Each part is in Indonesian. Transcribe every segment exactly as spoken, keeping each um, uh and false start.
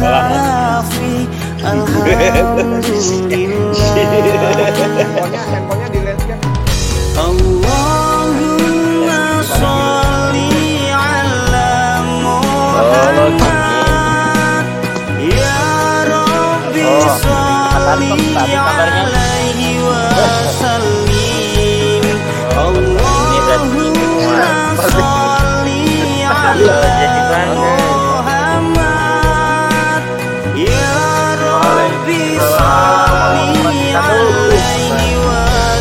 kafi. Alhamdulillah. Handphonenya, handphonenya di landscape. Allahumma sholli ala Muhammad. Ya Rabbi sholli alaihi wa sallim. Allahumma sholli ala Muhammad. Ya Rabbi sholli alaihi wa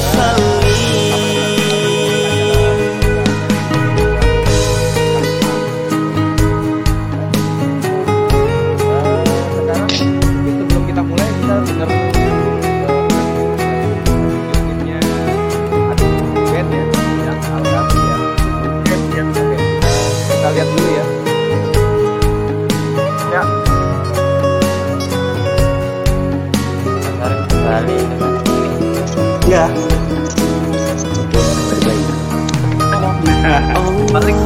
lihat dulu ya. Ya. Kembali. Ya. Balik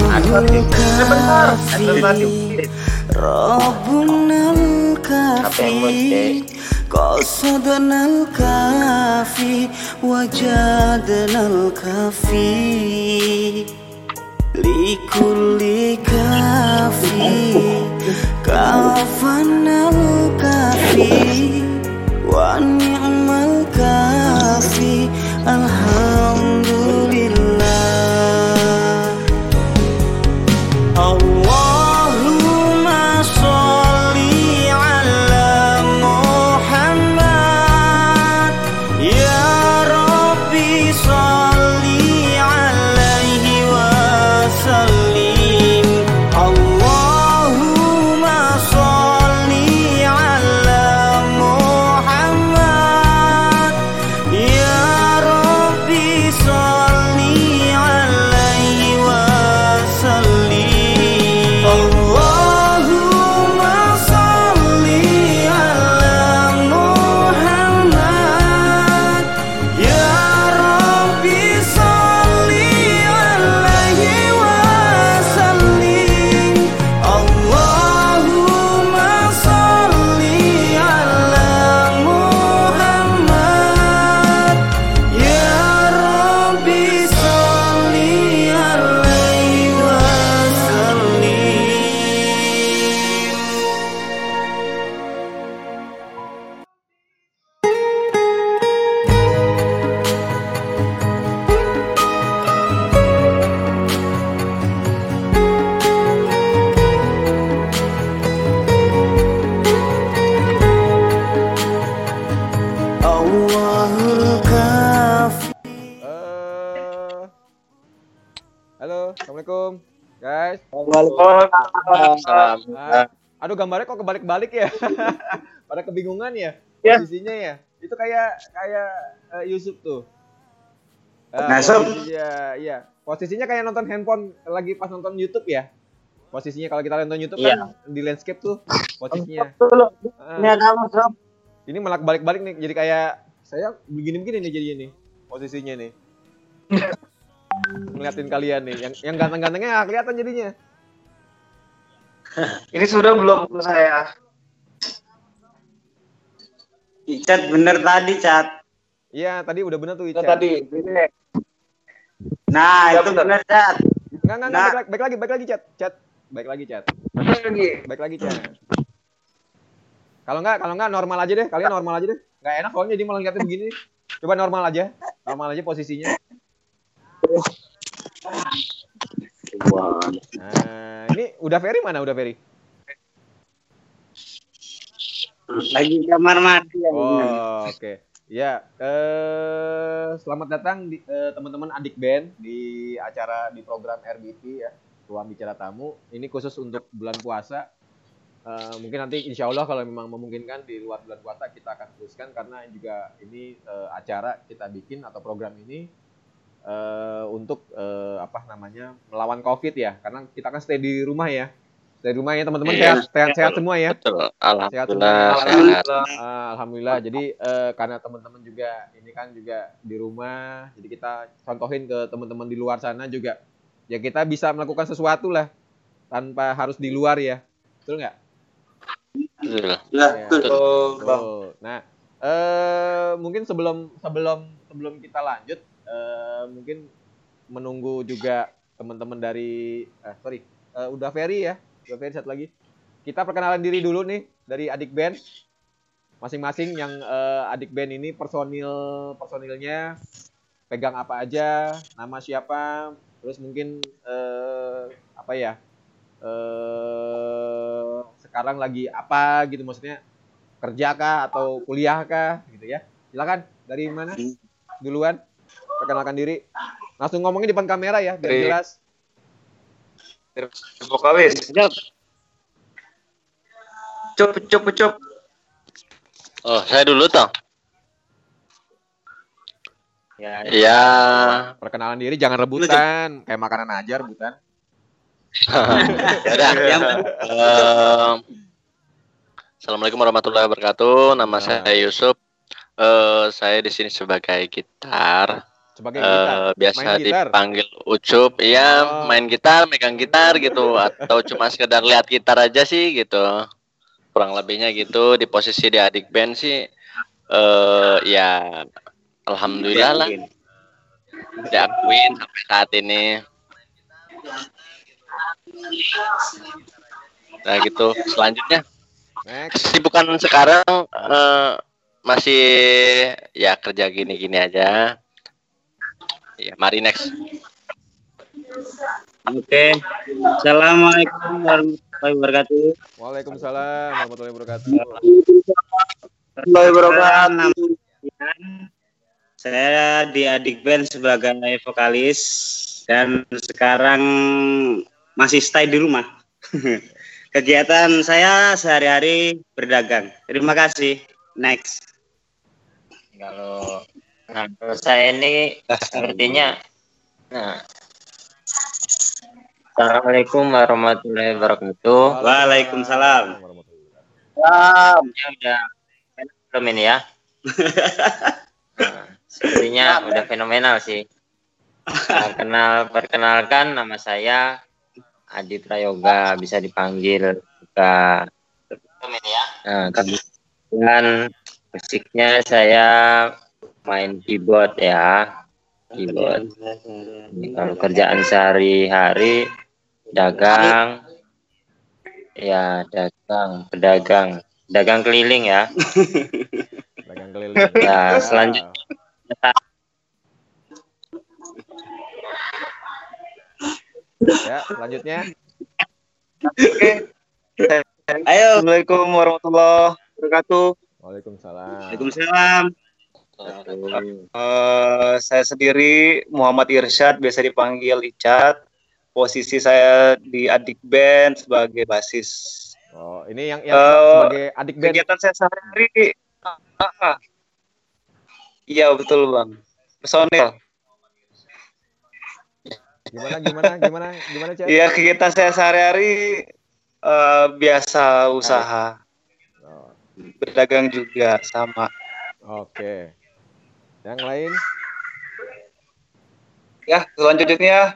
Rabbunal kafi, qasadnal kafi, wajadnal kafi. Likulli kafi, kafanal kafi, wa ni'mal kafi. Alhamdulillah. Allahumma sholli ala Muhammad. Ya Rabbi sholli alaihi wa sallim. Allahumma sholli ala Muhammad. Ya Rabbi sholli alaihi wa sallim. Allahumma sholli ala Muhammad. Ya Rabbi sholli alaihi wa sallim. Allahumma sholli ala Muhammad. Ya Rabbi sholli alaihi wa sallim. Allahul kafi. Eh, halo, assalamualaikum, guys. Ah, aduh, gambarnya kok kebalik-balik ya? Pada kebingungan ya, Ya. posisinya ya. Itu kayak kayak eh, Yusuf tuh. Ah, Nah, Sob. posisinya, iya. Posisinya kayak nonton handphone lagi pas nonton YouTube ya. Posisinya kalau kita nonton YouTube Iya. kan di landscape tuh posisinya. Ah, Ini kamu sob. ini malah balik-balik nih, jadi kayak saya begini-begini nih jadinya nih posisinya nih. Ngeliatin kalian nih, yang yang ganteng-gantengnya nggak kelihatan jadinya. Ini sudah belum ke saya. Cat bener tadi, Cat. Iya, tadi udah bener tuh Itu Ica. tadi. Ini. Nah, Ya, itu bener. bener, Cat. Enggak, enggak, Nah. enggak, baik lagi, baik lagi, Chat. Chat, baik lagi, Chat. Lagi. Baik lagi, Chat. Kalau enggak, kalau enggak normal aja deh. Kalian normal aja deh. Enggak enak soalnya jadi malah ngeliatin begini. Coba normal aja. Normal aja posisinya. Nah, ini udah Ferry mana? Udah Ferry? Lagi kamar mandi ya. Oh, oke. Ya, eh, selamat datang di, eh, teman-teman adik band di acara di program R B T ya, Ruang Bicara Tamu. Ini khusus untuk bulan puasa. Eh, mungkin nanti insya Allah kalau memang memungkinkan di luar bulan puasa kita akan teruskan karena juga ini eh, acara kita bikin atau program ini eh, untuk eh, apa namanya melawan COVID ya, karena kita kan stay di rumah ya. Dari rumah ya teman-teman, Iya. sehat, sehat, sehat semua ya. Betul. Sehat semua. Alhamdulillah. Alhamdulillah. Sehat. Ah, Alhamdulillah. Jadi eh, karena teman-teman juga ini kan juga di rumah, jadi kita contohin ke teman-teman di luar sana juga. Ya kita bisa melakukan sesuatu lah tanpa harus di luar ya, betul nggak? Betul. Lah, Ya, betul. betul. Nah, eh mungkin sebelum sebelum sebelum kita lanjut, eh mungkin menunggu juga teman-teman dari eh sorry, eh, udah Ferry ya, udah Ferry satu lagi. Kita perkenalan diri dulu nih dari adik band masing-masing yang eh, adik band ini personil personilnya pegang apa aja, nama siapa, terus mungkin eh, apa ya? Eh sekarang lagi apa gitu maksudnya kerja kah atau kuliah kah gitu ya. Silakan dari mana? Duluan perkenalkan diri. Langsung ngomongin di depan kamera ya biar Dari- jelas. Vokalis. Cep. Cup, cup, cup. Oh, saya dulu toh. Ya, Ya. Perkenalan diri jangan rebutan, kayak makanan aja rebutan. Ya udah. Yang Em, Assalamualaikum warahmatullahi wabarakatuh. Nama Nah. saya Yusuf. Eh, saya di sini sebagai gitar. Sebagai Eh, gitar, biasa main gitar. dipanggil Ucup. Iya, Oh. main gitar, megang gitar gitu, atau cuma sekedar lihat gitar aja sih gitu. Kurang lebihnya gitu. Di posisi di adik band sih, eh ya, alhamdulillah lah diakuin sampai saat ini. Nah gitu. Selanjutnya, Next. kesibukan sekarang eh, masih ya kerja gini-gini aja. Ya, mari next. Oke. Assalamualaikum warahmatullahi wabarakatuh. Waalaikumsalam warahmatullahi wabarakatuh. Warahmatullahi wabarakatuh. Saya di adik band sebagai vokalis dan sekarang masih stay di rumah. Kegiatan saya sehari-hari berdagang. Terima kasih. Next. Kalau nah, kalau saya ini sepertinya nah Assalamualaikum warahmatullahi wabarakatuh. Waalaikumsalam. warahmatullahi wabarakatuh. Ya udah belum ini ya. Nah, sepertinya udah fenomenal sih. Nah, kenal perkenalkan nama saya Adi Prayoga, bisa dipanggil juga. Nah, kemudian musiknya saya main keyboard ya. Keyboard. Ini kalau kerjaan sehari-hari dagang, ya dagang, pedagang, dagang keliling ya. Dagang keliling. Ya, selanjutnya. Ya, selanjutnya. Ayo. Assalamualaikum warahmatullahi wabarakatuh. Waalaikumsalam. Waalaikumsalam. Eh, saya sendiri Muhammad Irsyad, biasa dipanggil Icat. Posisi saya di adik band sebagai basis. Oh, ini yang yang Eh, sebagai adik band. Kegiatan saya sehari-hari, ah, ah. Iya betul bang. Personil. Gimana gimana gimana gimana, Cak? Iya kegiatan saya sehari-hari eh, biasa usaha, Oh, berdagang juga sama. oke. Yang lain? Ya selanjutnya.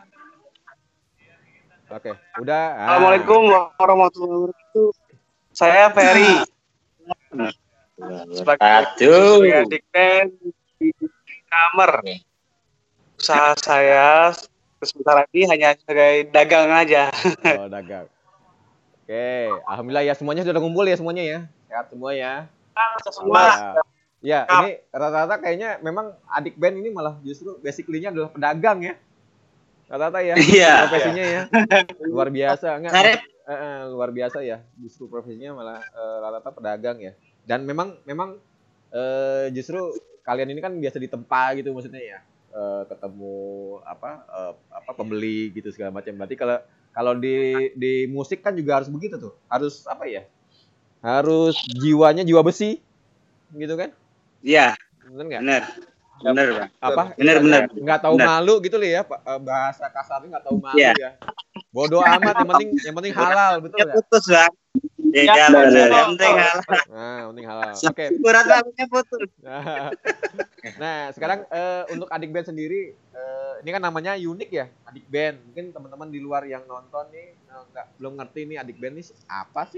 Oke, udah. Ah. Assalamualaikum warahmatullahi wabarakatuh. Saya Ferry sebagai Aduh. sebagai adik band di kamar. Usaha saya sebentar lagi hanya sebagai dagang aja. Oh, dagang. Oke, alhamdulillah ya semuanya sudah ngumpul ya semuanya ya. Sehat semua ya. Semua. Ya, ini rata-rata kayaknya memang adik band ini malah justru basically-nya adalah pedagang ya. Rata-rata ya. Iya. Profesinya ya. Luar biasa enggak? Sarip. Eh, eh, luar biasa ya. Justru profesinya malah eh, rata-rata pedagang ya. Dan memang memang eh, justru kalian ini kan biasa ditempa gitu maksudnya ya. Eh, ketemu apa eh, apa pembeli gitu segala macam. Berarti kalau kalau di di musik kan juga harus begitu tuh. Harus apa ya? Harus jiwanya jiwa besi. Gitu kan? Iya, Bener nggak? benar. Benar, Bang. Apa? Benar, benar. Nggak tahu Benar. malu gitu loh ya, Pak. Eh, bahasa kasarnya nggak tahu malu Iya. ya. Bodoh amat, yang penting yang penting halal, betul Ya nggak? putus, Bang. Iya, Ya, benar. benar. Yang penting halal. Nah, penting halal. Oke. Berat rambutnya putus. Nah, sekarang eh, untuk adik band sendiri, eh, ini kan namanya unik ya, adik band. Mungkin teman-teman di luar yang nonton nih eh, nggak belum ngerti nih adik band nih apa sih?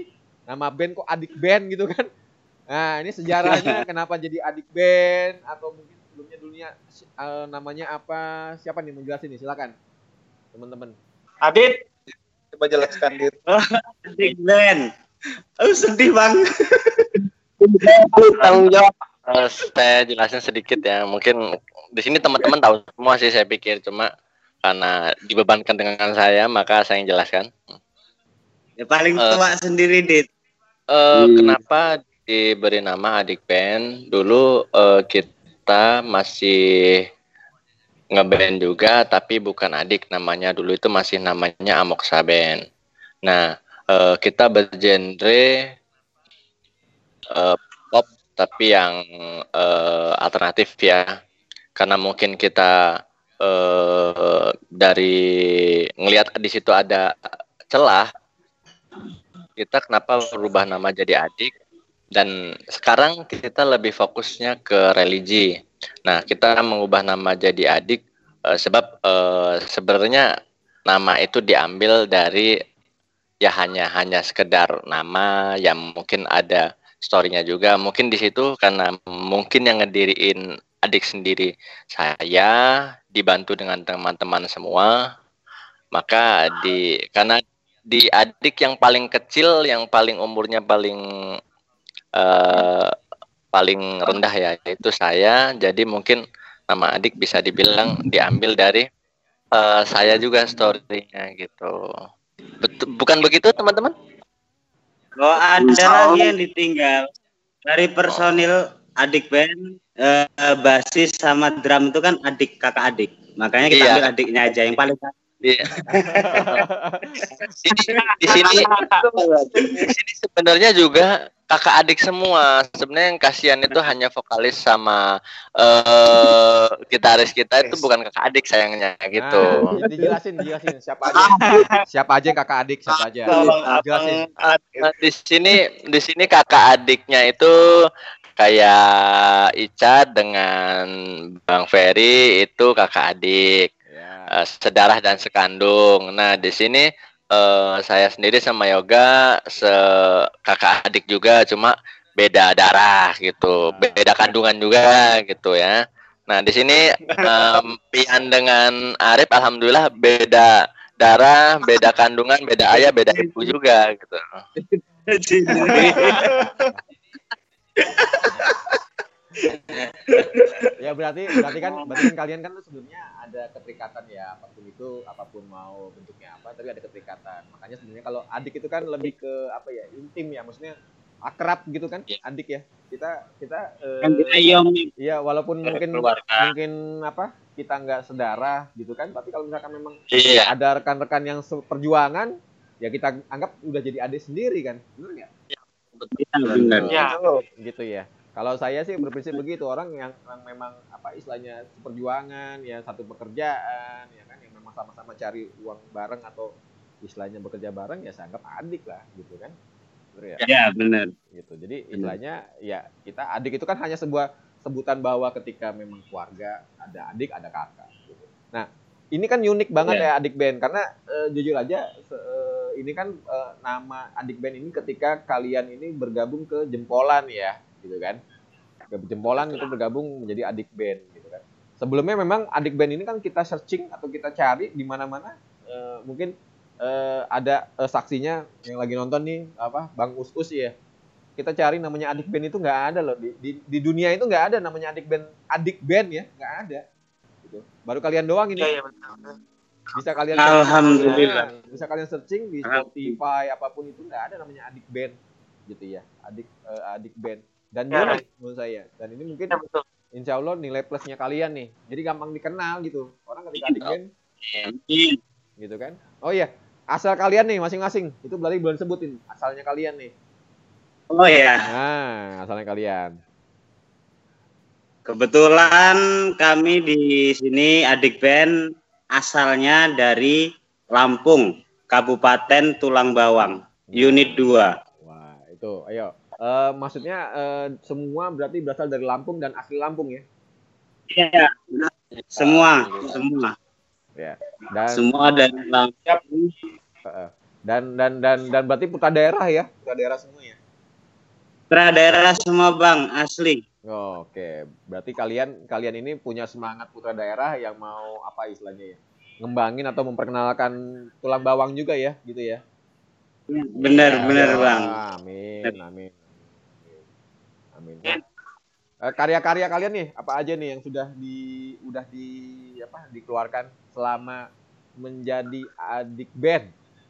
nama band kok Adik Band gitu kan. Nah, ini sejarahnya kenapa jadi Adik Band atau mungkin sebelumnya dulunya uh, namanya apa? Siapa nih mau jelasin nih? Silakan. Teman-teman. Adit, coba jelaskan Dit. Adik Band. Oh, sedih Bang. Tanggung jawab. Uh, saya jelasin sedikit ya. Mungkin di sini teman-teman tahu semua sih saya pikir, cuma karena dibebankan dengan saya maka saya yang jelaskan. Ya paling tua uh, sendiri Dit. Uh, hmm. Kenapa diberi nama Adik Band? Dulu uh, kita masih ngeband juga, tapi bukan Adik namanya. Dulu itu masih namanya Amoksa Band. Nah, uh, kita bergenre uh, pop, tapi yang uh, alternatif ya. Karena mungkin kita uh, dari ngelihat di situ ada celah, kita kenapa berubah nama jadi Adik. Dan sekarang kita lebih fokusnya ke religi. Nah, kita mengubah nama jadi Adik uh, sebab uh, sebenarnya nama itu diambil dari ya hanya hanya sekedar nama yang mungkin ada story-nya juga. Mungkin di situ karena mungkin yang ngediriin Adik sendiri saya, dibantu dengan teman-teman semua. Maka di karena di Adik yang paling kecil, yang paling umurnya paling Uh, paling rendah ya, itu saya. Jadi mungkin nama Adik bisa dibilang diambil dari uh, saya juga story-nya gitu. Bet- bukan begitu teman-teman? Oh, ada lagi yang ditinggal dari personil Adik Band, uh, basis sama drum itu kan adik kakak adik. Makanya kita iya. ambil adiknya aja yang paling. Iya. di, di sini di sini sebenarnya juga kakak adik semua. Sebenarnya yang kasihan itu hanya vokalis sama uh, gitaris kita itu bukan kakak adik sayangnya gitu. Nah, dijelasin, dijelasin siapa aja, siapa aja yang kakak adik, siapa aja. Jelasin. Nah, di sini di sini kakak adiknya itu kayak Ica dengan Bang Ferry itu kakak adik. Uh, sedarah dan sekandung. Nah, di sini uh, saya sendiri sama Yoga se kakak adik juga, cuma beda darah gitu, beda kandungan juga gitu ya. Nah, di sini um, Pian dengan Arif alhamdulillah beda darah, beda kandungan, beda ayah, beda ibu juga gitu. Ya berarti berarti kan berarti kan kalian kan sebelumnya ada keterikatan ya, apapun itu, apapun mau bentuknya apa, tapi ada keterikatan. Makanya sebenarnya kalau adik itu kan lebih ke apa ya, intim ya, maksudnya akrab gitu kan, adik ya. Kita kita eh, ya walaupun mungkin mungkin apa kita nggak sedarah gitu kan, tapi kalau misalkan memang iya. ada rekan-rekan yang seperjuangan, ya kita anggap udah jadi adik sendiri kan, benar nggak? Ya, benar. Ya. Gitu ya. Kalau saya sih berprinsip begitu, orang yang, yang memang apa istilahnya perjuangan, ya satu pekerjaan, ya kan, yang memang sama-sama cari uang bareng atau istilahnya bekerja bareng, ya saya anggap adik lah, gitu kan, bener ya? Ya benar. Gitu. Jadi istilahnya ya kita adik itu kan hanya sebuah sebutan bahwa ketika memang keluarga ada adik, ada kakak. Gitu. Nah ini kan unik banget yeah. ya Adik Band, karena uh, jujur aja se- uh, ini kan uh, nama Adik Band ini ketika kalian ini bergabung ke Jempolan ya. Gitu kan, Jempolan itu bergabung menjadi Adik Band gitu kan. Sebelumnya memang Adik Band ini kan kita searching atau kita cari di mana-mana, e, mungkin e, ada e, saksinya yang lagi nonton nih apa Bang Us-Us ya. Kita cari namanya Adik Band itu nggak ada loh di, di di dunia itu nggak ada namanya Adik Band Adik Band ya, nggak ada. Gitu. Baru kalian doang ini. Iya, iya, betul. Bisa kalian Alhamdulillah. searching, bisa kalian searching di Spotify apapun itu nggak ada namanya Adik Band gitu ya, Adik e, Adik Band. Dan ya, unik menurut saya. Dan ini mungkin ya, insya Allah nilai plusnya kalian nih. Jadi gampang dikenal gitu. Orang ketika Adik Band gitu kan. Oh iya, asal kalian nih masing-masing. Itu berarti belum sebutin asalnya kalian nih. Oh iya. Nah, asalnya kalian. Kebetulan kami di sini Adik Band asalnya dari Lampung, Kabupaten Tulang Bawang, unit dua. Wah, itu. Ayo. Uh, maksudnya uh, semua berarti berasal dari Lampung dan asli Lampung ya? Iya, semua, uh, semua. Ya. Dan semua dari Lampung. Uh, Dan dan dan dan berarti putra daerah ya, putra daerah semua ya. Putra daerah semua bang, asli. Oh, Oke, berarti kalian kalian ini punya semangat putra daerah yang mau apa istilahnya ya, ngembangin atau memperkenalkan tulang bawang juga ya, gitu ya. Bener Ya, bener ya. bang. Amin, amin, amin. Amin. Eh, karya-karya kalian nih apa aja nih yang sudah di udah di apa dikeluarkan selama menjadi adik band?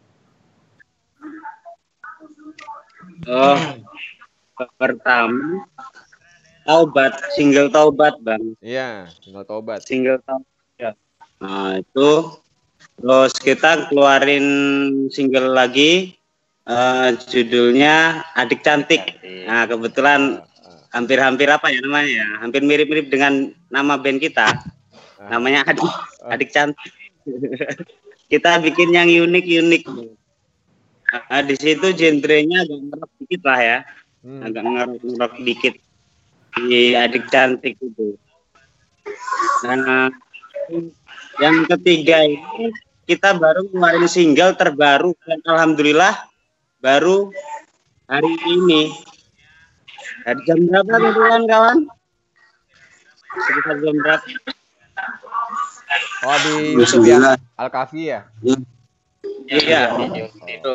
Oh, pertama Taubat, single Taubat bang, Iya, tinggal tobat. single Taubat. Ya. Nah itu, terus kita keluarin single lagi, eh, judulnya Adik Cantik. Nah kebetulan hampir-hampir apa ya namanya ya, hampir mirip-mirip dengan nama band kita, namanya Adik Adik Cantik. Kita bikin yang unik-unik. Nah, di situ genrenya agak ngerok dikit lah ya, Hmm. agak ngerok-ngerok dikit di Adik Cantik itu. Nah, yang ketiga ini kita baru ngeluarin single terbaru dan alhamdulillah baru hari ini. Dari jam berapa nih kawan-kawan? Sekitar jam berapa? Oh di YouTube ya, Al-Kafi ya. Iya. Itu.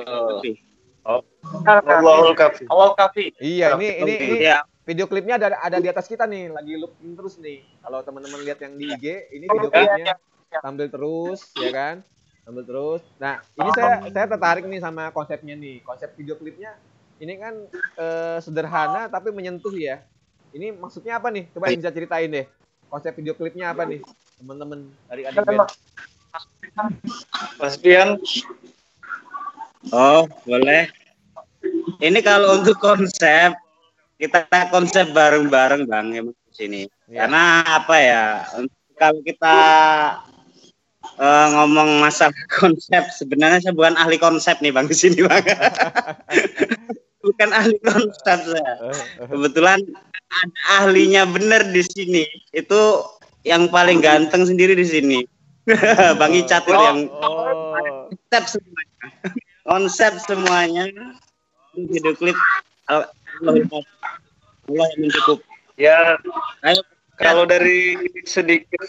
Allahul kafi. Allah kafi. Iya, ini ini ini Iya. video klipnya ada ada di atas kita nih, lagi looping terus nih. Kalau teman-teman lihat yang di I G, ini video klipnya tampil terus, ya kan? Tampil terus. Nah, ini saya saya tertarik nih sama konsepnya nih. Konsep video klipnya ini kan eh, sederhana tapi menyentuh ya. Ini maksudnya apa nih? Coba bisa ceritain deh. Konsep video klipnya apa nih, teman-teman dari Adik Band? Mas Bian, Oh, boleh. Ini kalau untuk konsep, kita konsep bareng-bareng Bang emang di sini. Iya. Karena apa ya? untuk- Kalau kita eh, ngomong masalah konsep, sebenarnya saya bukan ahli konsep nih Bang di sini Bang. Bukan ahli konsep saya. Kebetulan ada ahlinya bener di sini. Itu yang paling ganteng sendiri di sini. Bang Icat itu yang Oh. konsep semuanya. Konsep semuanya. Video klip Allah Allah yang mencukup. ya Ayo, kalau dari sedikit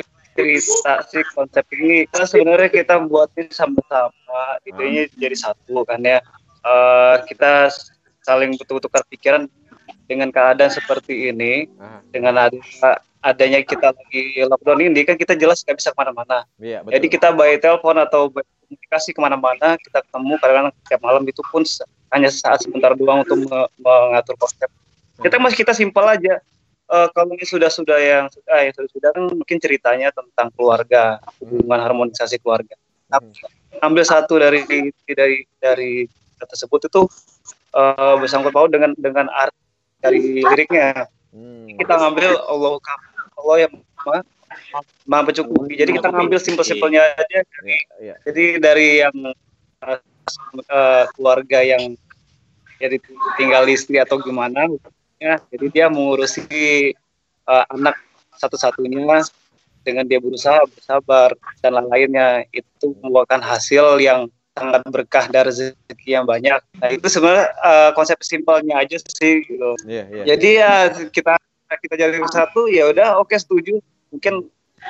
cerita sih konsep ini kan sebenarnya kita buat ini sama-sama, idenya jadi satu kan ya. Eh, kita saling bertukar pikiran dengan keadaan seperti ini, Ah, dengan ada, adanya kita lagi lockdown ini kan kita jelas nggak bisa kemana-mana. iya, betul. Jadi kita by telepon atau by komunikasi kemana-mana, kita ketemu kadang-kadang setiap malam itu pun se- hanya saat sebentar doang untuk me- mengatur konsep. Kita masih kita simpel aja. Eh, kalau ini sudah sudah yang sudah yang sudah sudah kan mungkin ceritanya tentang keluarga, hubungan harmonisasi keluarga. Hmm. Ambil satu dari dari dari tersebut itu eh, bersangkut paut dengan dengan arti dari liriknya. Hmm. Kita ngambil Allah Allah yang maha, maha pencukupi. Jadi kita ngambil simpel-simpelnya aja. Iya, iya. Jadi dari yang uh, uh, keluarga yang ya ditinggal istri atau gimana, ya, jadi dia mengurusi uh, anak satu-satunya dengan dia berusaha bersabar dan lain-lainnya, itu membuahkan hasil yang sangat berkah dari rezeki yang banyak. Nah itu sebenarnya uh, konsep simpelnya aja sih gitu. Iya, iya. Jadi ya kita kita jadi bersatu, ya udah oke setuju. Mungkin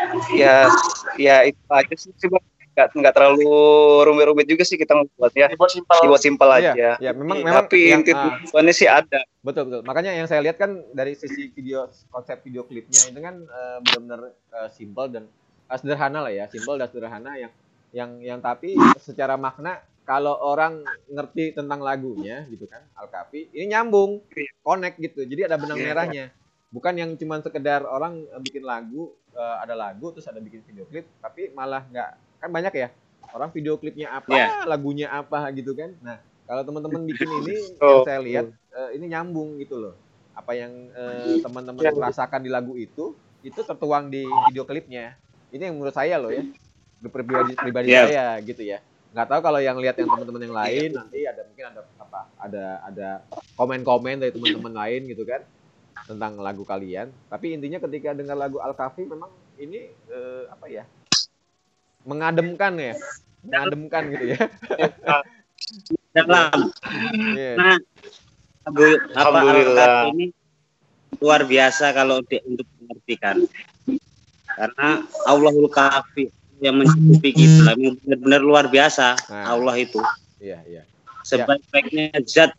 ya ya itu aja sih, Bang. nggak nggak terlalu rumit-rumit juga sih kita membuatnya. Dibuat simpel. Dibuat simpel Iya, aja. iya, memang- memang Tapi yang- inti ah. tujuannya sih ada. Betul betul. Makanya yang saya lihat kan dari sisi video konsep video klipnya itu kan eh, benar-benar eh, simpel dan eh, sederhana lah ya, simpel dan sederhana yang yang yang tapi secara makna kalau orang ngerti tentang lagunya gitu kan, Al-Kafi, ini nyambung, connect gitu. Jadi ada benang Iya. merahnya. Bukan yang cuma sekedar orang eh, bikin lagu, eh, ada lagu terus ada bikin video klip, tapi malah nggak, kan banyak ya orang video klipnya apa, Iya. lagunya apa gitu kan. Nah, kalau teman-teman bikin ini, Oh, yang saya lihat eh, ini nyambung gitu loh. Apa yang eh, teman-teman Iya. rasakan di lagu itu, itu tertuang di video klipnya. Ini yang menurut saya loh ya, pribadi pribadi Iya. saya gitu ya. Nggak tahu kalau yang lihat yang teman-teman yang lain nanti ada mungkin ada apa, ada ada komen-komen dari teman-teman lain gitu kan tentang lagu kalian. Tapi intinya ketika dengar lagu Al-Kafi memang ini eh, apa ya, mengademkan ya, mengademkan gitu ya. dalam. Iya. Nah, lagu apa Alhamdulillah. Al-Kahfi ini luar biasa kalau di, untuk mengartikan. Karena Allahul Kahfi yang mencukupi kita memang benar-benar luar biasa. Nah. Allah itu Iya, iya. sebaik-baiknya zat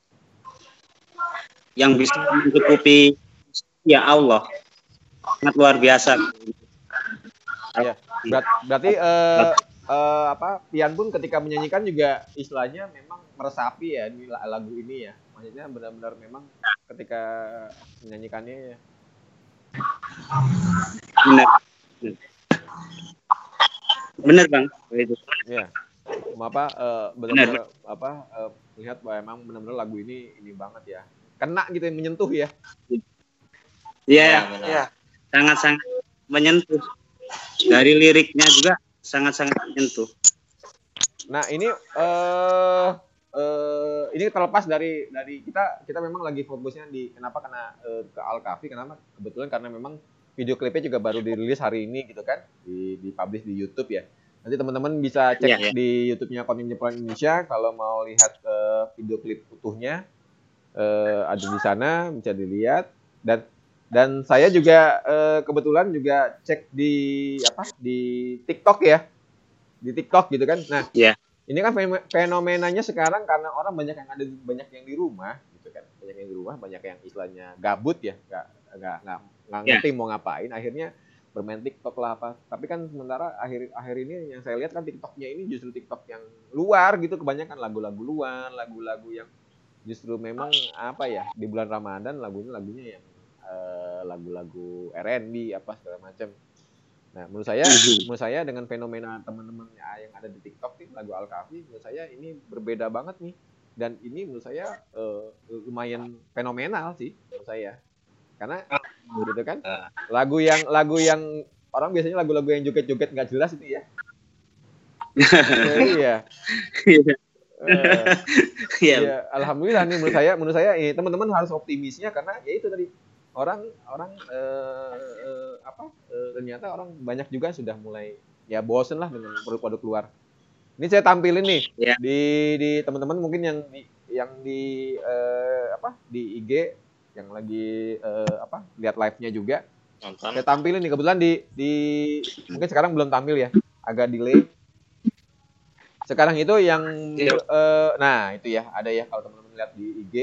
yang bisa mencukupi ya Allah, sangat luar biasa. Ya, berat, berarti eh, eh, apa Pian pun ketika menyanyikan juga istilahnya memang meresapi ya di la- lagu ini ya. Maksudnya benar-benar memang ketika menyanyikannya ya. Benar. Benar Bang, itu. Iya. Cuma apa eh, benar-benar apa eh, melihat bahwa emang benar-benar lagu ini ini banget ya. Kena gitu yang menyentuh ya. Iya, Iya. sangat-sangat menyentuh. Dari liriknya juga sangat-sangat menyentuh. Nah, ini eh eh ini terlepas dari dari kita kita memang lagi fokusnya di kenapa karena eh, ke Al-Kahfi kenapa kebetulan karena memang video klipnya juga baru dirilis hari ini gitu kan di dipublish di YouTube ya. Nanti teman-teman bisa cek Iya, iya. di YouTube-nya Konim Jepang Indonesia kalau mau lihat eh, video klip utuhnya eh, ada di sana bisa dilihat dan dan saya juga eh, kebetulan juga cek di apa di TikTok ya di TikTok gitu kan. Nah, Iya. ini kan fenom- fenomenanya sekarang karena orang banyak yang ada banyak yang di rumah gitu kan, banyak yang di rumah, banyak yang istilahnya gabut ya, nggak nggak nggak nggak Ya. ngerti mau ngapain, akhirnya bermain TikTok lah apa. Tapi kan sementara akhir akhir ini yang saya lihat kan TikToknya ini justru TikTok yang luar gitu, kebanyakan lagu-lagu luar, lagu-lagu yang justru memang apa ya di bulan Ramadan lagunya lagunya yang eh, lagu-lagu R and B apa segala macam. Nah, menurut saya, menurut saya dengan fenomena teman-teman yang ada di TikTok nih lagu Al-Kahfi, menurut saya ini berbeda banget nih. Dan ini menurut saya eh, lumayan fenomenal sih menurut saya. Karena gitu kan, lagu yang lagu yang orang biasanya lagu-lagu yang joget-joget nggak jelas itu ya. Eh, iya. Eh, Iya. ya, alhamdulillah nih menurut saya, menurut saya ini teman-teman harus optimisnya karena ya itu tadi orang orang eh, eh, apa eh, ternyata orang banyak juga sudah mulai ya bosen lah dengan produk-produk luar. Ini saya tampilin nih Ya. di di teman-teman mungkin yang di yang di eh, apa di I G yang lagi eh, apa lihat live-nya juga. Nonton. Saya tampilin nih kebetulan di di mungkin sekarang belum tampil ya, agak delay. Sekarang itu yang eh, nah itu ya ada ya kalau teman-teman lihat di I G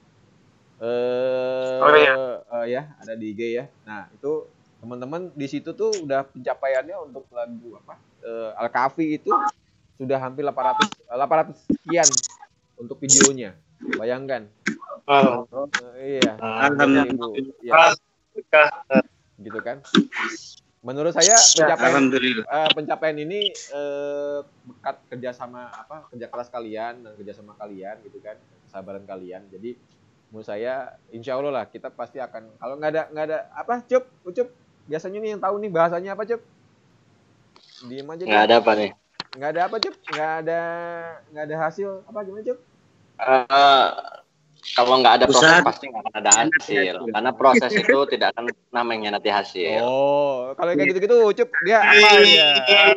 eh Oh, iya. eh, ya ada di I G ya. Nah itu teman-teman di situ tuh udah pencapaiannya untuk lagu apa eh, Al-Kahfi itu sudah hampir delapan ratus delapan ratus sekian untuk videonya. Bayangkan. Alhamdulillah. Eh, iya. Alhamdulillah. Ya, gitu kan. Menurut saya pencapaian Alhamdulillah. eh, pencapaian ini eh, berkat kerjasama apa kerja keras kalian dan kerjasama kalian gitu kan kesabaran kalian. Jadi menurut saya insya Allah lah kita pasti akan kalau nggak ada nggak ada apa Cup Ucup biasanya nih yang tahu nih bahasanya apa Cup diem aja Nggak ada apa nih? nggak ada apa Cup nggak ada nggak ada hasil apa gimana Cup Eh, kalau nggak ada proses Usaha. pasti nggak akan ada hasil. Karena proses itu tidak akan namanya nanti hasil. oh kalau kayak gitu gitu Ucup dia apa ya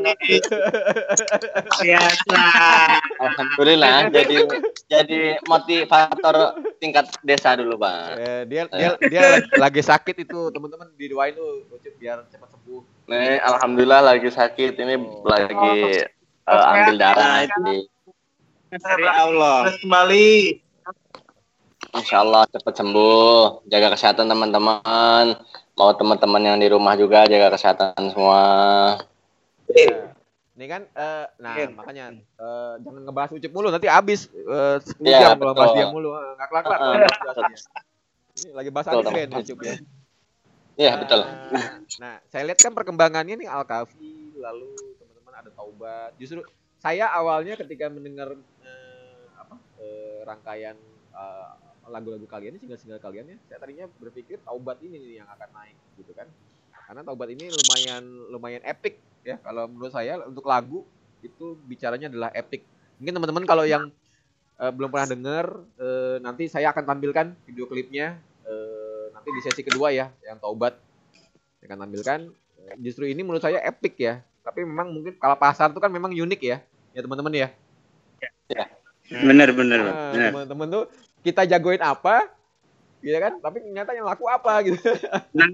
Biasa. Alhamdulillah jadi jadi motivator tingkat desa dulu bang. Eh, dia dia dia lagi sakit itu teman-teman didoain tuh Ucup biar cepat sembuh. Nih alhamdulillah lagi sakit ini Oh. lagi eh, ambil darah. Nah, itu- Jadi, Dari Allah. Kembali. Insya Allah cepat sembuh. Jaga kesehatan teman-teman. Mau teman-teman yang di rumah juga jaga kesehatan semua. Ya. Ini kan, eh, nah makanya eh, jangan ngebahas Ucup mulu, nanti habis eh, sepuluh Iya, jam kalau bahas betul. dia mulu, Eh, nggak kelar-kelar. Heeh, kalau bahas betul. dia. Ini lagi bahas Betul, Adit Ben teman. Ucup ya. Iya betul. Nah, nah, saya lihat kan perkembangannya nih Al-Kahfi, lalu teman-teman ada Taubat. Justru saya awalnya ketika mendengar eh, apa eh, rangkaian eh, lagu-lagu kalian, single-single kalian ya, saya tadinya berpikir Taubat ini nih yang akan naik gitu kan. Karena Taubat ini lumayan lumayan epic ya kalau menurut saya untuk lagu itu bicaranya adalah epic. Mungkin teman-teman kalau yang eh, belum pernah dengar eh, nanti saya akan tampilkan video klipnya eh, nanti di sesi kedua ya yang Taubat saya akan tampilkan. Eh, justru ini menurut saya epic ya. Tapi memang mungkin kalau pasar itu kan memang unik ya ya teman-teman ya. Ya. Bener bener. Nah, bener. teman-teman tuh kita jagoin apa, gitu kan? Tapi ternyata yang laku apa gitu. Nah,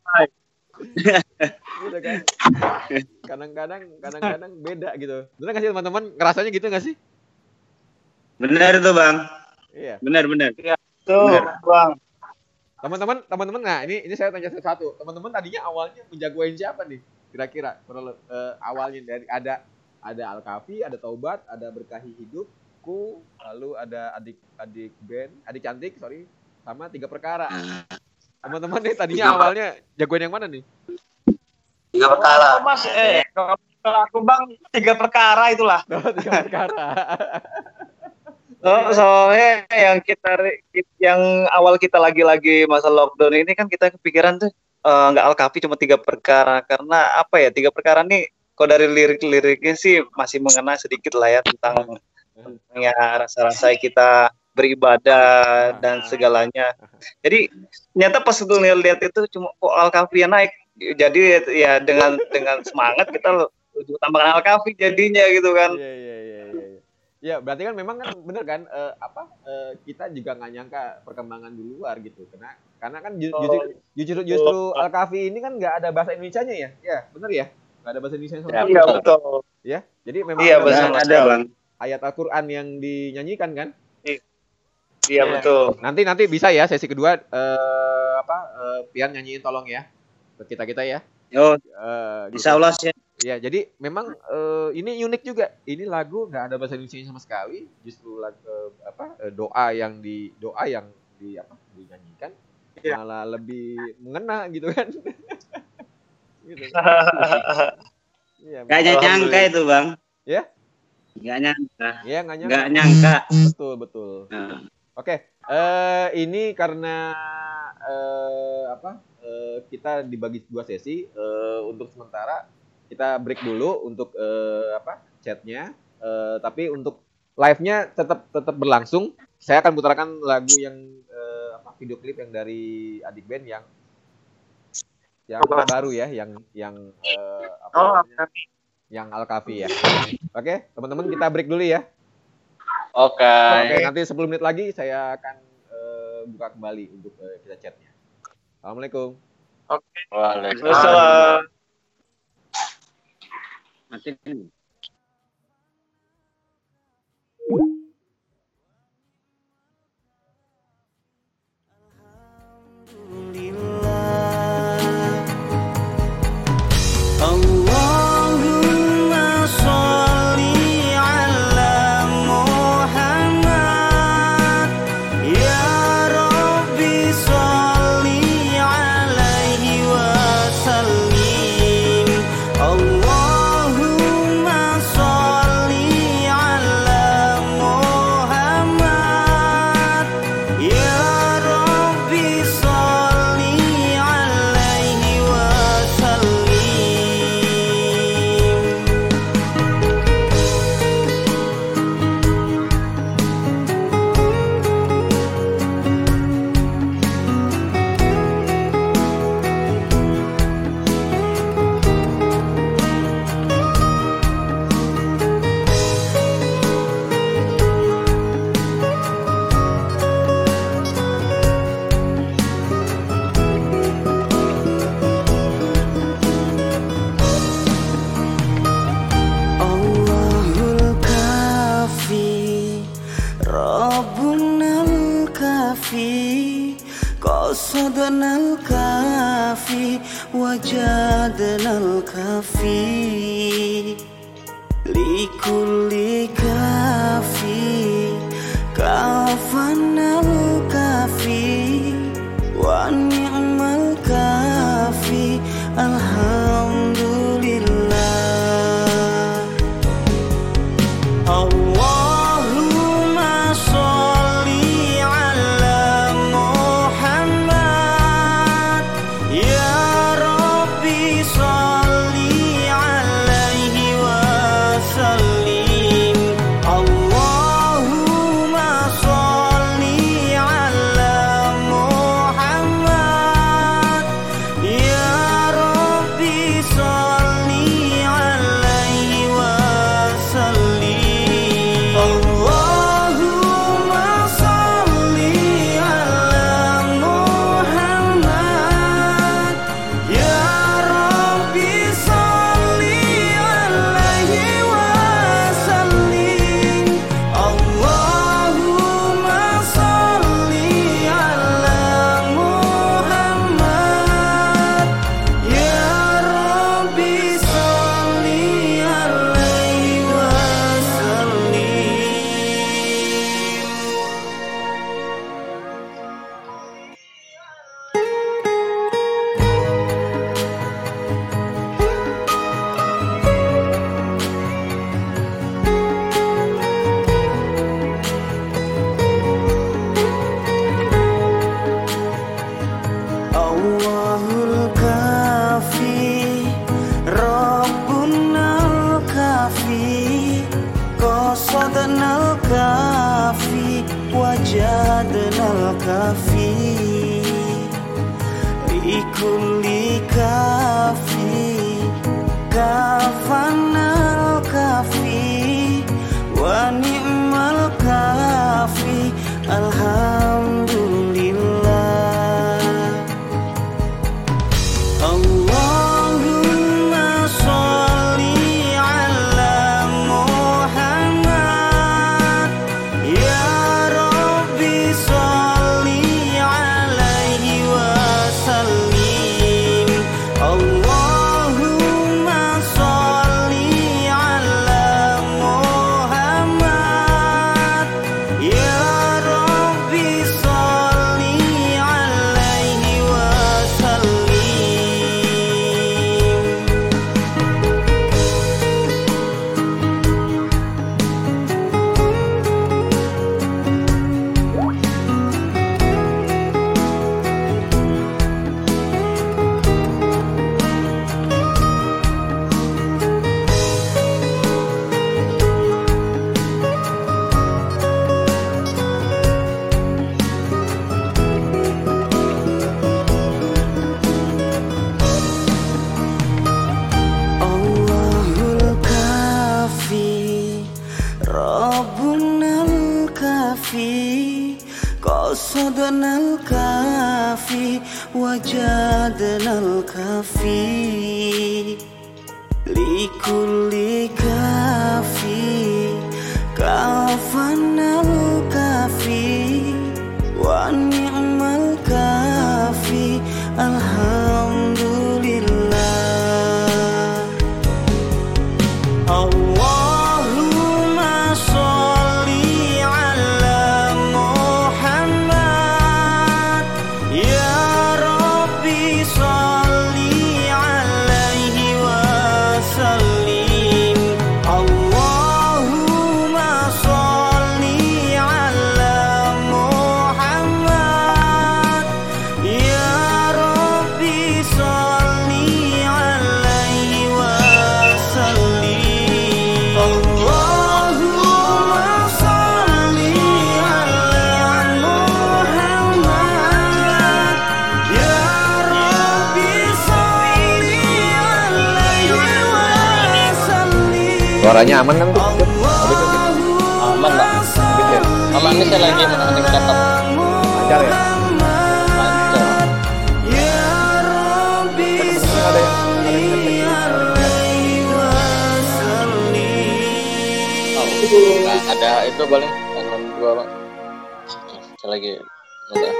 Gitu kan. Kadang-kadang kadang-kadang beda gitu. Bener nggak sih teman-teman? Ngerasanya gitu nggak sih? bener tuh bang. Iya. Bener bener. Tuh, Bener. Bang. Teman-teman, teman-teman, nah ini ini saya tanya satu. Teman-teman tadinya awalnya menjagoin siapa nih? Kira-kira kurang le- eh, awalnya dari ada ada Al-Kafi, ada Taubat, ada Berkahi Hidupku, lalu ada adik-adik band, adik cantik, sorry, sama Tiga Perkara. Teman-teman nih tadinya awalnya jagoin yang mana nih? Tiga perkara. Oh, Mas, eh, kalau kalau aku Bang, tiga perkara itulah. Tiga Perkara. Oh, soalnya yang kita yang awal kita lagi-lagi masa lockdown ini kan kita kepikiran tuh eh, nggak Al-Kafi cuma tiga perkara karena apa ya tiga perkara nih kok dari lirik-liriknya sih masih mengena sedikit lah ya tentang tentang ya rasa-rasa kita beribadah dan segalanya. Jadi ternyata pas itu lihat itu cuma kok Al-Kafi yang naik. Jadi ya dengan dengan semangat kita tambahkan Al-Kafi jadinya gitu kan. Iya iya iya iya. Ya berarti kan memang kan bener kan eh, apa eh, kita juga nggak nyangka perkembangan di luar gitu karena karena kan ju- Oh. justru justru, justru Al-Kafi ini kan nggak ada bahasa Indonesianya ya, ya bener ya nggak ada bahasa Indonesia sama Ya, sekali Iya betul. ya. Jadi memang Iya, ada betul. Nggak ada bang. ayat Al-Quran yang dinyanyikan kan. Iya betul. Nanti nanti bisa ya sesi kedua eh, apa eh, Pian nyanyiin tolong ya ke kita kita ya. Yo, Eh, gitu. insya Allah sih. Ya, jadi memang eh, ini unik juga. Ini lagu nggak ada bahasa Indonesia sama sekali. Justru lagu, eh, apa eh, doa yang di doa yang di apa dinyanyikan Iya. malah lebih mengena gitu kan. gitu. Iya, Gak nyangka itu bang. Ya? Gak nyangka. ya nggak nyangka. Gak nyangka. Betul betul. Nah, Oke, eh ini karena eh, apa eh, kita dibagi dua sesi. Eh, untuk sementara kita break dulu untuk eh, apa chatnya. Eh, tapi untuk live-nya tetap tetap berlangsung. Saya akan putarkan lagu yang eh, apa video klip yang dari adik band yang yang baru ya, yang yang eh, apa Oh, namanya, yang Al-Kafi ya. Oke, teman-teman kita break dulu ya. Oke. Oke, nanti sepuluh menit lagi saya akan eh, buka kembali untuk eh, kita chatnya. Assalamualaikum. Waalaikumsalam. mati ini. Allahumma sholli ala Muhammad ya Rabbi sholli alaihi wasallim. Allahumma sholli ala Muhammad ya Rabbi sholli alaihi wasallim. Allahul Kafi, Rabbunal Kafi, Qasadnal Kafi, Wajadnal Kafi, Likulli Kafi, Kafanal Kafi, Wa ni'mal Kafi, Alhamdulillah. Allahumma sholli ala Muhammad ya Rabbi sholli alaihi wasallim. Allahumma sholli kafi likulli kafi kafanal kafi wa ni'mal kafi alhamdulillah. Allahumma sholli ala Muhammad ya Rabbi sholli alaihi wasallim. Allahumma sholli ala Muhammad ya Rabbi sholli alaihi wasallim. Allahul kafi Rabbunal kafi qasadnal kafi wajadnal kafi likulli kafi kafanal kafi wa ni'mal kafi alhamdulillah. Allahumma sholli ala Muhammad ya Rabbi sholli alaihi wasallim. Allahumma sholli ala Muhammad ya Rabbi sholli alaihi wasallim. Allahumma sholli ala Muhammad ya Rabbi sholli alaihi wasallim. Suaranya aman kan tuh? Aman Pak. Aman, ini saya lagi menghadiri laptop. Lancar ya? Lancar. Ya Rabbi sholli alaihi wasallim. Oh, nggak ada itu paling enam dua Pak. Saya lagi udah.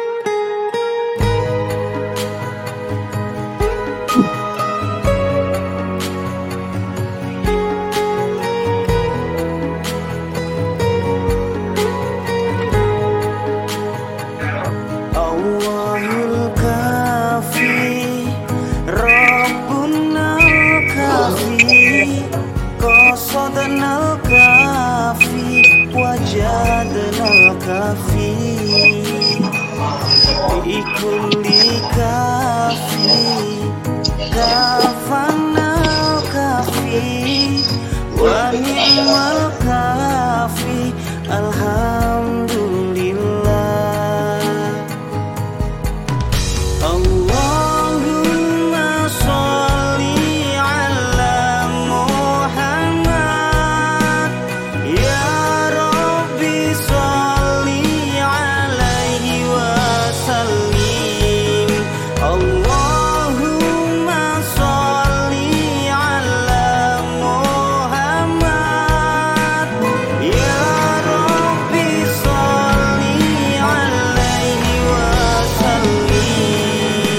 Allahul kafi Rabbunal kafi qasadnal kafi wajadnal kafi likulli kafi kafanal kafi wa ni'mal kafi alhamdulillah. Allahumma sholli ala Muhammad ya Rabbi sholli alaihi wasallim. Allahumma sholli ala Muhammad ya Rabbi sholli alaihi wasallim.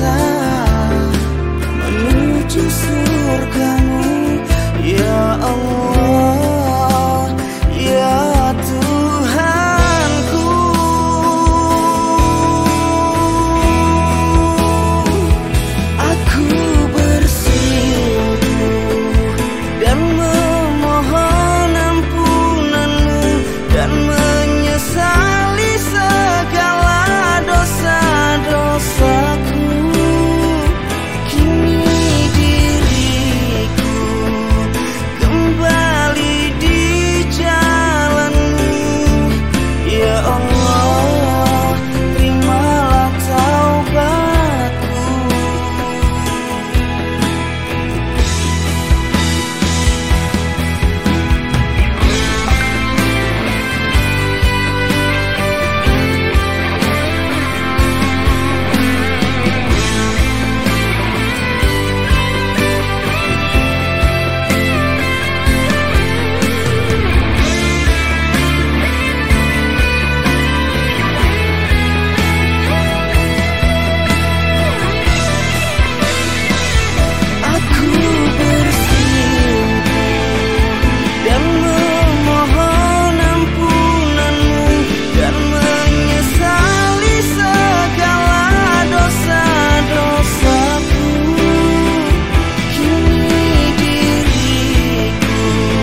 asa menuju surgamu, ya Allah, ya Tuhanku. Aku bersimpuh dan memohon ampunanmu dan menyesali segala dosa-dosaku. Kini diriku kembali di jalanmu, ya Allah, terimalah taubatku. Aku bersimpuh dan memohon ampunanmu dan menyesali segala dosa-dosaku. Kini diriku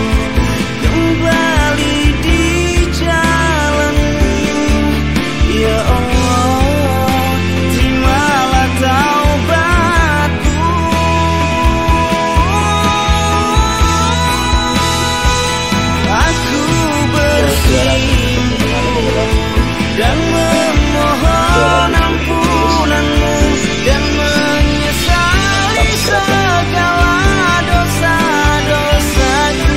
kembali di jalanmu, ya Allah, terimalah taubatku. Aku bersimpuh dan memohon ampunanmu dan menyesali segala dosa-dosaku.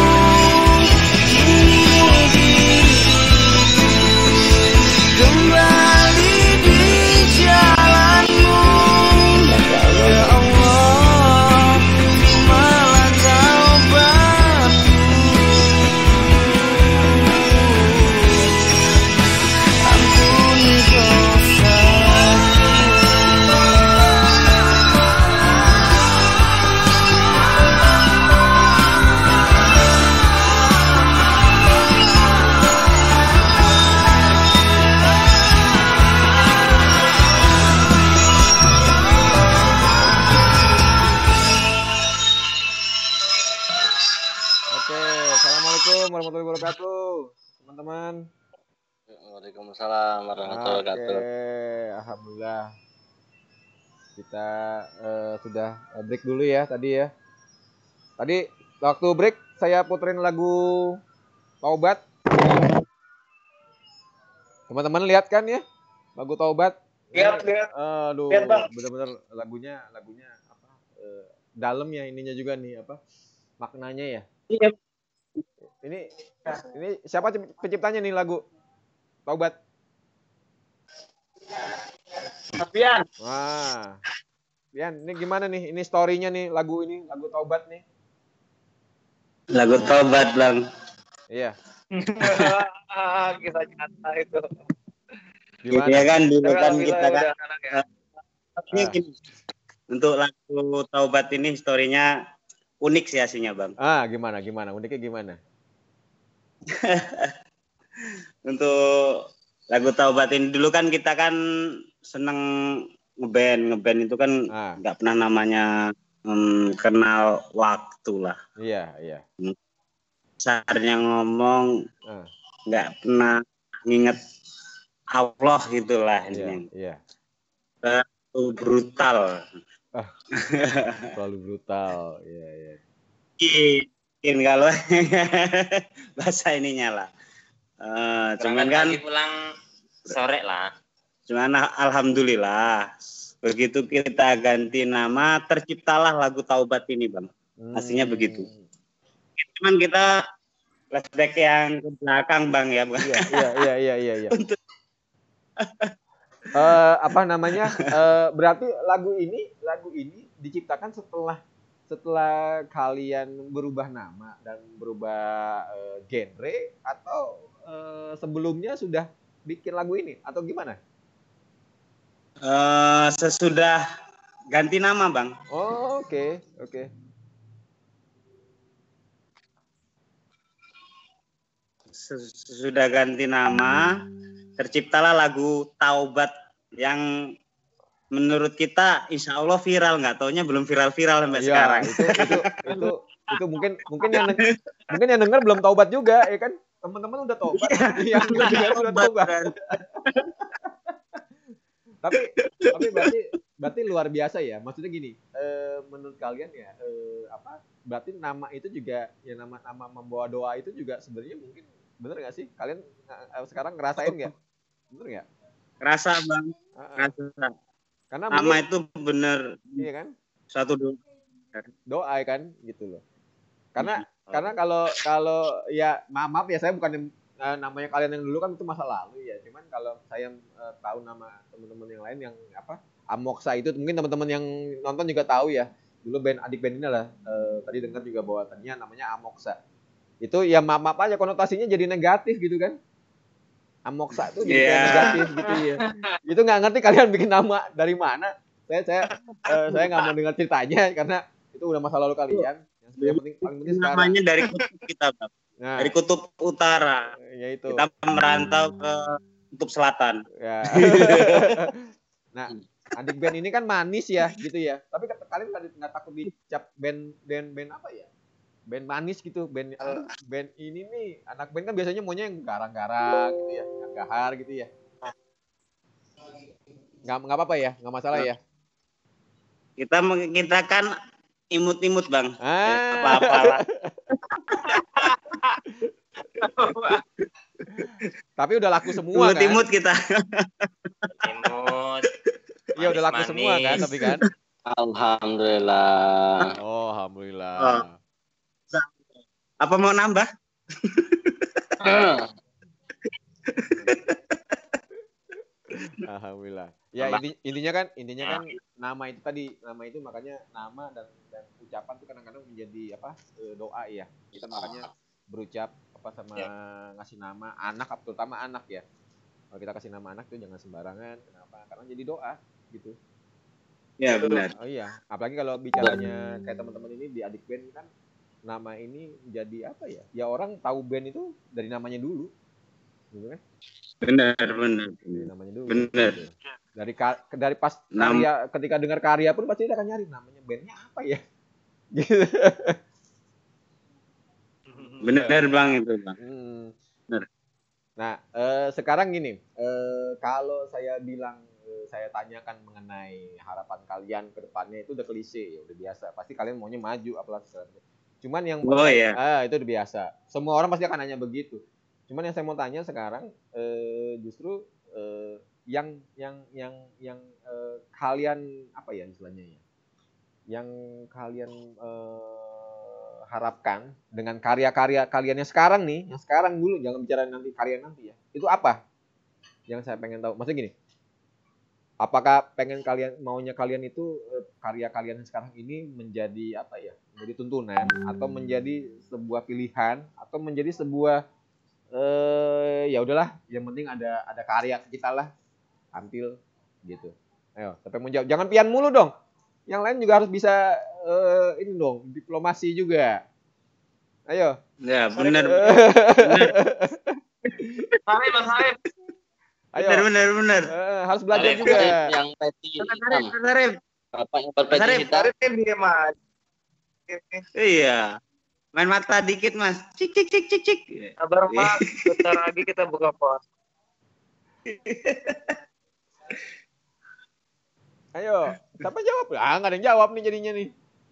Kini diriku kembali di jalanmu, ya Allah, terimalah taubatku. Ampuni Oke, assalamualaikum warahmatullahi wabarakatuh, teman-teman. Waalaikumsalam warahmatullahi Oke, wabarakatuh. alhamdulillah kita eh, sudah eh, break dulu ya tadi ya. Tadi waktu break saya puterin lagu Taubat. Teman-teman lihat kan ya lagu Taubat? Lihat, Ini, lihat. Aduh, Lihat, Bang. benar-benar lagunya lagunya apa? Eh, dalam ya ininya juga nih apa? Maknanya ya. Iya. Ini ini siapa cip- penciptanya nih lagu Taubat? Tapi Wah. Bian, ini gimana nih? Ini story-nya nih lagu ini, lagu Taubat nih. Lagu Taubat, Bang. Iya. kisah nyata itu. Gimana? Ya kan dulu Tapi kan alhamdulillah kita kan udah anak ya. ini Ah. gini, untuk lagu Taubat ini story-nya unik sih aslinya, Bang. Ah, gimana? Gimana? Uniknya gimana? Untuk lagu Taubat ini dulu kan kita kan seneng ngeband, ngeband itu kan Ah. nggak pernah namanya hmm, kenal waktu lah. Iya, iya. Dasarnya ngomong Ah, nggak pernah nginget Allah gitulah iya, intinya. iya. Terlalu brutal. Terlalu brutal. Iya, iya. Mungkin kalau bahasa ininya lah. Eh, cuman kan Berangkat pagi pulang sore lah. cuman alhamdulillah begitu kita ganti nama terciptalah lagu Taubat ini, Bang. Aslinya Hmm. begitu. Cuman kita flashback yang ke belakang, Bang, ya, Bang. Iya, iya, iya, iya, iya, iya. Eh, apa namanya? Eh, berarti lagu ini, lagu ini diciptakan setelah setelah kalian berubah nama dan berubah eh, genre atau eh, sebelumnya sudah bikin lagu ini atau gimana? Eh, sesudah ganti nama, Bang. Oh, oke, oke. Sesudah ganti nama, terciptalah lagu Taubat yang menurut kita insya Allah viral, nggak taunya belum viral-viral sampai Iya, sekarang. itu itu itu itu mungkin mungkin yang deng- mungkin yang dengar belum taubat juga, ya kan? Teman-teman udah taubat, yang udah dengar udah taubat. Kan? Tapi tapi berarti berarti luar biasa ya. Maksudnya gini, eh, menurut kalian ya, eh, apa? Berarti nama itu juga ya nama-nama membawa doa itu juga sebenarnya mungkin bener nggak sih? Kalian eh, sekarang ngerasain nggak? Bener nggak? Rasa, Bang. Uh-uh. Rasa. Karena Nama mungkin, itu bener iya kan? satu doa. Doa kan gitu loh. Karena karena kalau kalau ya maaf, maaf ya, saya bukan uh, namanya kalian yang dulu kan itu masa lalu ya. Cuman kalau saya uh, tahu nama teman-teman yang lain yang apa Amoksa itu mungkin teman-teman yang nonton juga tahu ya. Dulu band adik band ini lah uh, tadi dengar juga bahwa tadinya namanya Amoksa. Itu ya maaf, maaf aja konotasinya jadi negatif gitu kan. Amoksa itu jadi Yeah. negatif gitu ya. Itu nggak ngerti kalian bikin nama dari mana. Saya saya uh, saya nggak mau dengar ceritanya karena itu udah masa lalu kalian. Yang penting paling penting sekarang. Namanya dari kutub kita, Bang. Nah, Dari kutub utara. ya itu. Kita merantau ke kutub selatan. Ya. Nah, adik band ini kan manis ya, gitu ya. Tapi kalian nggak nggak takut dicap band band band apa ya? Band manis gitu, band uh, band ini nih anak band kan biasanya maunya yang garang-garang gitu ya, yang gahar gitu ya. Nggak nggak apa-apa ya, nggak masalah ya. Kita kita kan imut-imut, Bang. Ah. Ya, apa-apa lah. Tapi udah laku semua kan? Imut-imut kita. Imut. Iya udah laku manis-manis. semua kan, tapi kan. Alhamdulillah. Oh, alhamdulillah. Oh. Apa mau nambah? Alhamdulillah. Ya inti, intinya kan intinya kan nama itu tadi, nama itu makanya nama dan dan ucapan itu kadang-kadang menjadi apa? e, doa ya. Kita makanya berucap apa sama ngasih nama anak, terutama anak ya. Kalau kita kasih nama anak tuh jangan sembarangan. Kenapa? Karena jadi doa gitu. Ya, benar. Oh iya, apalagi kalau bicaranya kayak teman-teman ini di adik band kan nama ini jadi apa ya? Ya orang tahu band itu dari namanya dulu. Gitu kan? Benar, benar. Dari namanya dulu. Benar. Gitu. Dari ka- dari pas Nam- karya, ketika dengar karya pun pasti dia akan nyari namanya bandnya apa ya? Gitu. Benar, Bang, itu, Bang. Hmm. Benar. Nah, eh, sekarang gini, eh, kalau saya bilang, eh, saya tanyakan mengenai harapan kalian ke depannya itu udah klise ya, udah biasa. Pasti kalian maunya maju, apalagi segala macam. Cuman yang Oh, iya. ah, itu udah biasa. Semua orang pasti akan nanya begitu. Cuman yang saya mau tanya sekarang, eh, justru eh, yang yang yang yang eh, kalian apa ya istilahnya ya? Yang kalian eh, harapkan dengan karya-karya kalian yang sekarang nih, yang sekarang dulu, jangan bicara nanti karya nanti ya. Itu apa? Yang saya pengen tahu. Maksudnya gini, apakah pengen kalian maunya kalian itu eh, karya kalian yang sekarang ini menjadi apa ya? Menjadi tuntunan atau menjadi sebuah pilihan atau menjadi sebuah eh ya udahlah, yang penting ada ada karya kita lah, tampil gitu. Ayo, tapi mau jawab. Jangan pian mulu dong. Yang lain juga harus bisa eh, ini dong, diplomasi juga. Ayo. Ya, benar. Sarip, Mas Sarip. Ayo. Benar, benar, benar. Eh, harus belajar Sarip, juga. Yang peti hitam. Sarip. Bapak yang berpeti Sarip, hitam. Sarip kan dia mah. Iya. Main mata dikit, Mas. Cik, cik, cik, cik, cik. Sabar, Mas. Bentar lagi kita buka pos. Ayo, siapa jawab? Ah, nggak ada yang jawab nih jadinya nih.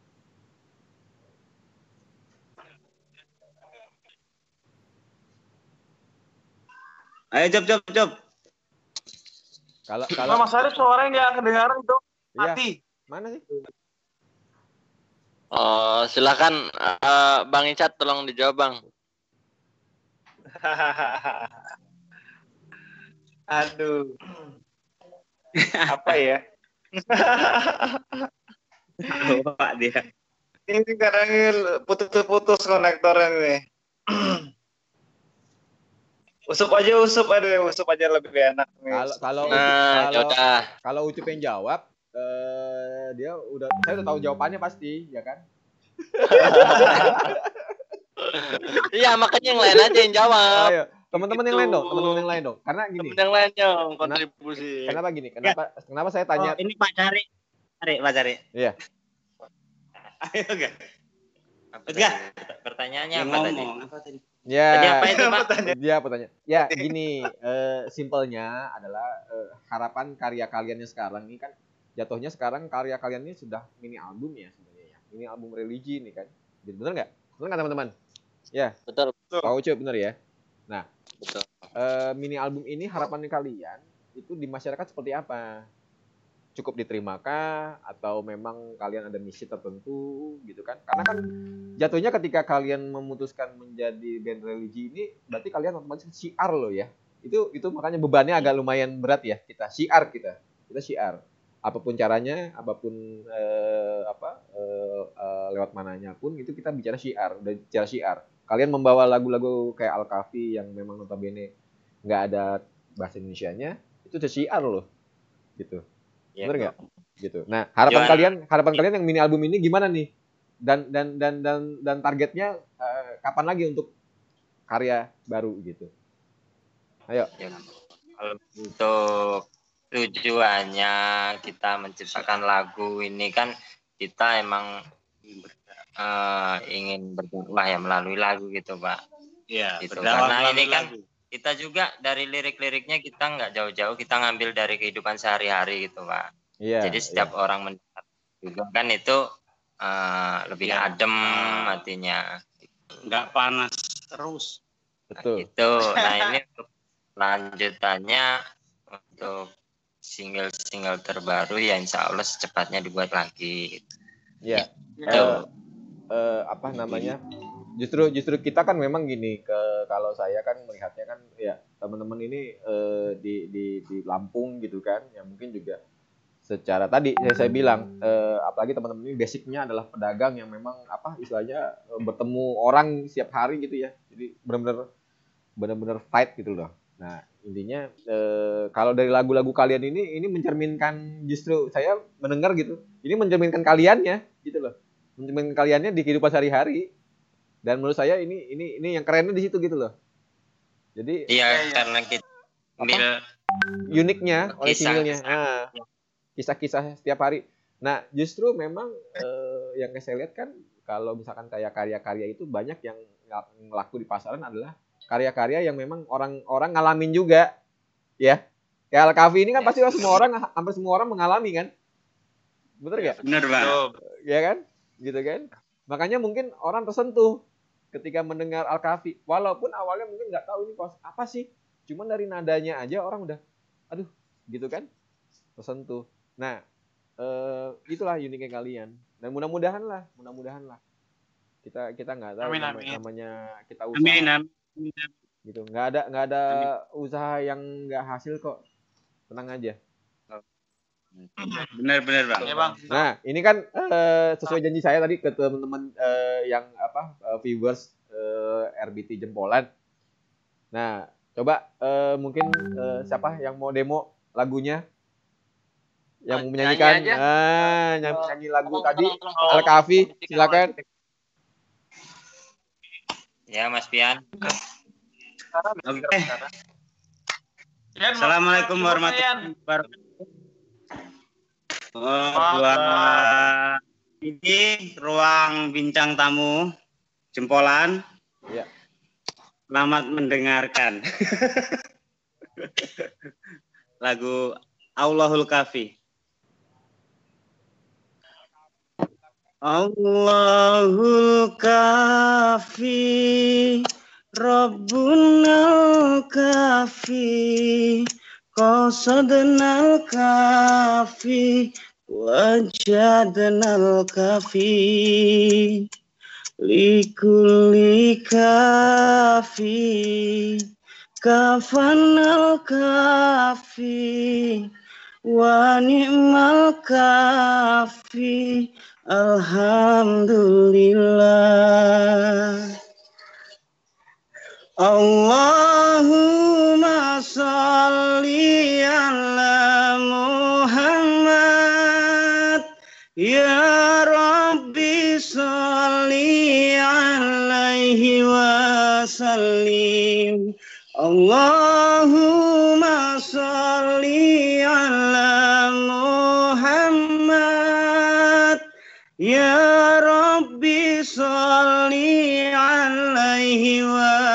Ayo, Job, Job, Job. Kalau Kalau kalau Mas Sarip suaranya nggak kedengaran tuh. iya, Mati. mana sih? Oh, silakan eh, Bang Icat tolong dijawab, Bang. Aduh. Apa ya? Bapak dia. Ini kadang putus-putus konektornya nih. Usup aja usup ada usup aja lebih enak nih. Kalau kalau Nah, kalau yaudah. kalau Ucup yang jawab, eh, dia udah saya udah tahu jawabannya pasti, ya kan? Iya, makanya yang lain aja yang jawab. Ayo, teman-teman yang Gitu. lain dong, teman-teman yang lain dong. Karena gini, Temen yang lain yang kontribusi. kenapa gini? Kenapa kenapa saya tanya? Oh, ini Pak Cari. Cari, Pak Cari. Iya. Ayo enggak? Apa Enggak. tadi? Pertanyaannya Yang apa tadi? ngomong apa tadi? Ya. Tadi apa itu, Pak? Dia pertanyaan. Ya, gini, eh, simpelnya adalah eh, harapan karya kaliannya sekarang ini kan jatuhnya sekarang karya kalian ini sudah mini album ya sebenarnya ya. Mini album religi ini kan. Gitu, bener nggak? Bener nggak teman-teman? Ya, Betul, Pak Ucup bener ya. Nah, betul. eh, mini album ini harapannya kalian itu di masyarakat seperti apa? Cukup diterimakah atau memang kalian ada misi tertentu gitu kan? Karena kan jatuhnya ketika kalian memutuskan menjadi band religi ini berarti kalian otomatis syiar loh ya. Itu itu makanya bebannya agak lumayan berat ya kita. Syiar kita. Kita syiar. Apapun caranya, apapun eh, apa eh, eh, lewat mananya pun itu kita bicara syiar, udah bicara syiar. Kalian membawa lagu-lagu kayak Al-Kafi yang memang notabene nggak ada bahasa Indonesianya, itu udah syiar loh. Gitu. Ya, Bener nggak? Gitu. Nah, harapan Tujuan- kalian, harapan kalian yang mini album ini gimana nih? Dan dan dan dan dan targetnya eh, kapan lagi untuk karya baru gitu? Ayo. Ya, kalau untuk tujuannya kita menciptakan lagu ini kan kita emang eh, ingin berdakwah ya melalui lagu gitu, Pak. Iya, Gitu. berdakwah Karena melalui ini kan lagu. kita juga dari lirik-liriknya kita nggak jauh-jauh, kita ngambil dari kehidupan sehari-hari gitu, Pak. Iya. Jadi setiap orang mendengar juga kan itu eh, lebih Ya. adem Ah. hatinya. Nggak panas terus. Betul. Gitu. Nah ini untuk lanjutannya untuk single-single terbaru ya insya Allah secepatnya dibuat lagi. Iya. Gitu. Eh, eh, apa namanya? Justru justru kita kan memang gini ke kalau saya kan melihatnya kan ya teman-teman ini eh, di di di Lampung gitu kan, ya mungkin juga secara tadi ya saya bilang eh, apalagi teman-teman ini basicnya adalah pedagang yang memang apa istilahnya eh, bertemu orang setiap hari gitu ya, jadi benar-benar benar-benar fight gitu loh. Nah intinya eh, kalau dari lagu-lagu kalian ini ini mencerminkan, justru saya mendengar gitu, ini mencerminkan kaliannya gitu loh, mencerminkan kaliannya di kehidupan sehari-hari. Dan menurut saya ini ini ini yang kerennya di situ gitu loh. Jadi Iya karena kita ambil uniknya oleh Kisah. singlenya, nah, kisah-kisah setiap hari. Nah justru memang eh, yang saya lihat kan kalau misalkan kayak karya-karya itu banyak yang ng- ngelaku di pasaran adalah karya-karya yang memang orang-orang ngalamin juga, ya. Kayak Al-Kafi ini kan pasti semua orang, hampir semua orang mengalami kan, bener nggak? Bener, Bang. Ya kan, gitu kan. Makanya mungkin orang tersentuh ketika mendengar Al-Kafi, walaupun awalnya mungkin nggak tahu ini pos apa sih, cuman dari nadanya aja orang udah, aduh, gitu kan, tersentuh. Nah, eh, itulah uniknya kalian. Dan mudah-mudahan lah, mudah-mudahan lah, kita kita nggak tahu Amin, nama- amin. namanya kita usaha, Amin, amin. gitu. Nggak ada nggak ada usaha yang nggak hasil kok, tenang aja. Bener, bener, Bang. Ya bang. Nah, ini kan eh, sesuai janji saya tadi ke teman-teman eh, yang apa eh, viewers eh, R B T Jempolan. Nah, coba eh, mungkin eh, siapa yang mau demo lagunya? Yang mau menyanyikan? Nyanyi aja. Ah, nyanyi, nyanyi lagu tadi Al-Kafi, silakan. ya Mas Pian. Oke. Assalamualaikum warahmatullahi wabarakatuh. Oh, buat ini ruang bincang tamu Jempolan. Iya. Selamat mendengarkan lagu Allahul Kafi. Allahul Kafi, Rabbunal Kafi, Qasadnal Kafi, Wajadnal Kafi, Likulli Kafi, Kafanal Kafi, Wa ni'mal Kafi, Alhamdulillah. Allahu sholli ala Muhammad. Ya Rabbi sholli alaihi wasallim. Allahumma sholli ala Muhammad. Ya Rabbi sholli alaihi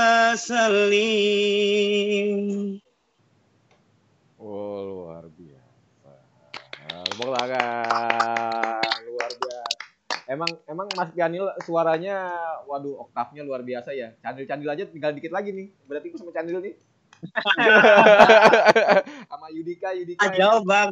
wasallim. Oh, luar biasa. Nah, tepuk tangan. Luar biasa. Emang emang Mas Pianil suaranya, waduh, oktavnya luar biasa ya. Candil-candil aja tinggal dikit lagi nih. Berarti aku sama Candil nih. Sama Yudika, Yudika. Jauh bang.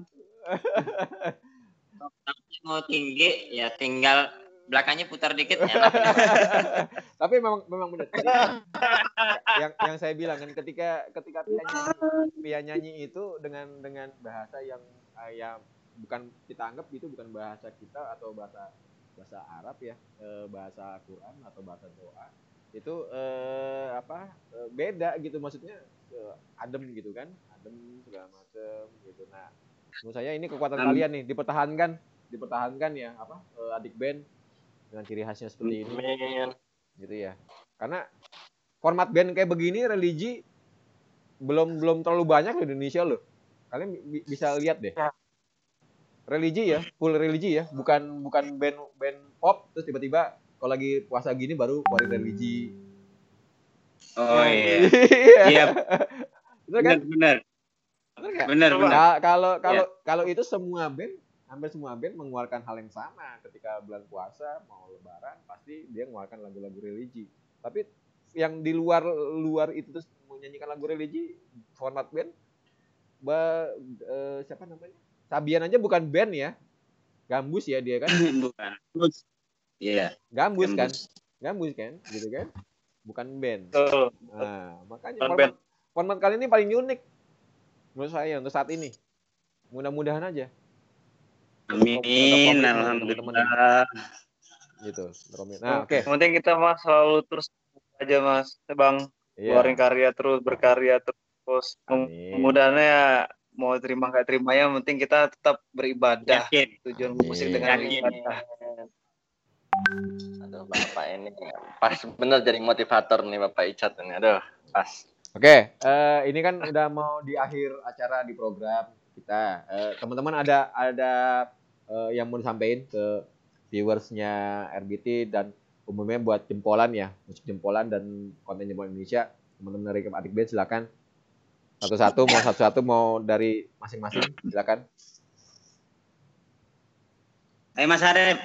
Tapi mau tinggi ya tinggal belakangnya putar dikit ya. Tapi memang memang benar. yang yang saya bilang kan ketika ketika Pia nyanyi, Pia nyanyi itu dengan dengan bahasa yang uh, ya bukan kita anggap itu bukan bahasa kita atau bahasa bahasa Arab ya, eh, bahasa Quran atau bahasa doa. Itu eh, apa? Eh, beda gitu maksudnya, eh, adem gitu kan. Adem segala macam gitu. Nah, menurut saya ini kekuatan Um, kalian nih, dipertahankan, dipertahankan ya apa? Eh, adik band dengan ciri khasnya seperti ini. Amin. Gitu ya. Karena format band kayak begini religi belum belum terlalu banyak di Indonesia loh. Kalian bi- bisa lihat deh. Religi ya, full religi ya, bukan bukan band band pop terus tiba-tiba kalau lagi puasa gini baru keluarin religi. Oh iya. Iya. Iya. Bener kan? Benar, benar. Bener nggak? Benar, benar. Ka- Kalau kalau kalau itu semua band, hampir semua band mengeluarkan hal yang sama ketika bulan puasa mau lebaran pasti dia mengeluarkan lagu-lagu religi. Tapi yang di luar luar itu terus menyanyikan lagu religi format band, ba, eh, siapa namanya? Sabian aja bukan band ya, Gambus ya dia kan, Bukan. Iya. Gambus kan, Gambus. Gambus kan, gitu kan, bukan band. Betul. Nah makanya Bukan format, band. format kali ini paling unik menurut saya untuk saat ini. Mudah-mudahan aja. Amin. Alhamdulillah. Gitu. Nah, oke. Yang penting kita mas selalu terus aja mas, bang, Iya. keluarin karya terus, berkarya terus. Amin. Mudah-mudahannya mau terima nggak terima ya, yang penting kita tetap beribadah. Yakin. Tujuan Amin. musik dengan Yakin. ibadah. Aduh, Bapak ini pas bener jadi motivator nih Bapak Icat ini. Aduh, pas. Oke, eh, ini kan udah mau di akhir acara di program kita. Eh, teman-teman ada ada eh, yang mau disampaikan ke viewersnya R B T dan umumnya buat jempolan ya, musik jempolan dan konten jempolan Indonesia. Teman-teman dari Adik Band silakan. Satu-satu mau satu-satu mau dari masing-masing silakan. Ayo Mas Arif.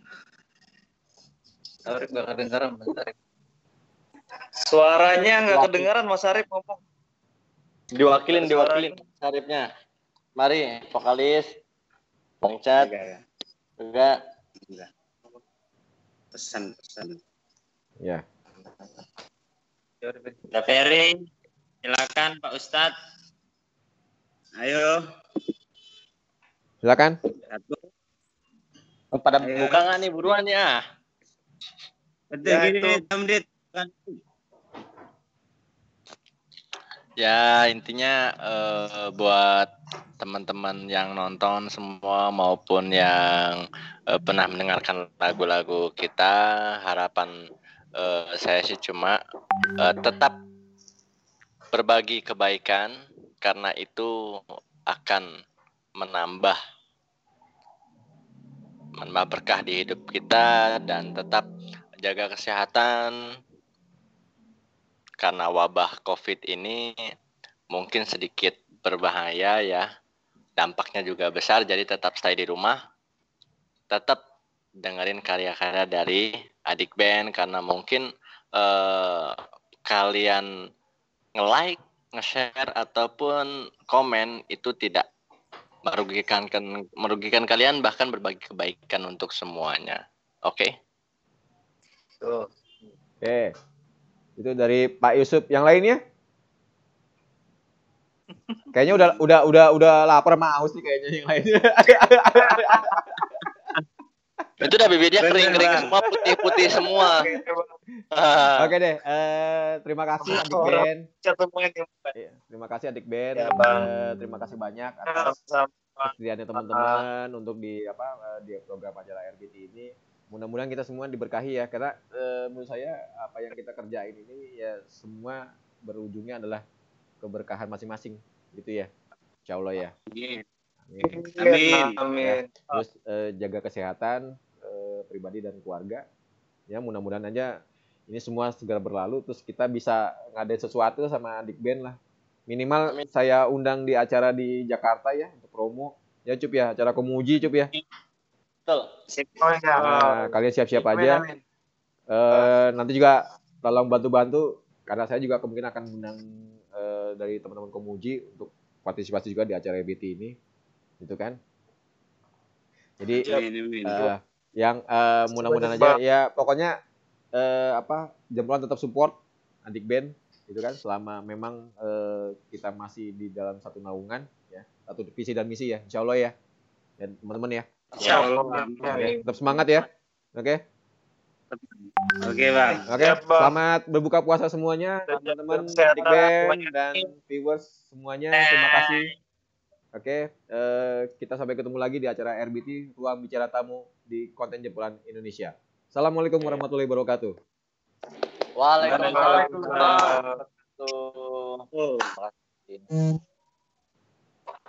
Arif nggak kedengaran, Mas Arif. Suaranya nggak kedengaran, Mas Arif ngomong. Diwakilin, diwakilin Saripnya. Mari, vokalis, Bang Cat, juga. Pesan, pesan. Ya. Udah Ferry, silakan Pak Ustadz. Ayo. Silakan. Satu. Oh, pada Ayo. buka nggak nih buruan ya? Betul Ya, gini itu. nih, enam menit. Ya intinya eh, buat teman-teman yang nonton semua maupun yang eh, pernah mendengarkan lagu-lagu kita, harapan eh, saya sih cuma eh, tetap berbagi kebaikan karena itu akan menambah menambah berkah di hidup kita dan tetap jaga kesehatan. Karena wabah COVID ini mungkin sedikit berbahaya ya, dampaknya juga besar, jadi tetap stay di rumah, tetap dengerin karya-karya dari Adik Band karena mungkin eh, kalian nge-like, nge-share ataupun komen itu tidak merugikan merugikan kalian, bahkan berbagi kebaikan untuk semuanya. Oke? Tuh. Oke. Itu dari Pak Yusuf. Yang lainnya? Kayaknya udah udah udah udah lapar sama haus nih kayaknya yang lainnya. Itu udah bibirnya Bener, kering-kering Bang. semua, putih-putih semua. Oke deh, eh, terima kasih adik Ben. Satu poin yang Iya, terima kasih adik Ben. Ya, Bang. Eh, terima kasih banyak atas kesediaannya teman-teman untuk di apa eh, di program acara R B T ini. Mudah-mudahan kita semua diberkahi ya, karena eh, menurut saya apa yang kita kerjain ini ya semua berujungnya adalah keberkahan masing-masing, gitu ya. Insya Allah ya. Amin. Amin. Amin. Ya, terus eh, jaga kesehatan eh, pribadi dan keluarga. Ya mudah-mudahan aja ini semua segera berlalu, terus kita bisa ngadain sesuatu sama adik Ben lah. Minimal Amin. saya undang di acara di Jakarta ya untuk promo. Ya Cup ya, acara Komuji Cup ya. Betul. Oh iya. Nah, kalian siap-siap Amin, aja. amin. Eh, nanti juga tolong bantu-bantu karena saya juga kemungkinan akan undang eh, dari teman-teman Komuji untuk partisipasi juga di acara R B T ini, gitu kan? Jadi eh, yang eh, mudah-mudahan aja ya pokoknya eh, apa Jempolan tetap support adik Ben, gitu kan? Selama memang eh, kita masih di dalam satu naungan ya, satu visi dan misi ya, Insya Allah ya, dan teman-teman ya. Insya Allah. Oke, tetap semangat ya. Oke. Oke, Bang. Oke, Siap, Bang. selamat berbuka puasa semuanya, teman-teman, Kesehatan adik Ben semuanya. dan viewers semuanya. Terima kasih. Oke, eh, kita sampai ketemu lagi di acara R B T Ruang Bicara Tamu di konten Jempolan Indonesia. Assalamualaikum warahmatullahi wabarakatuh. Waalaikumsalam. Waalaikumsalam. Tuh.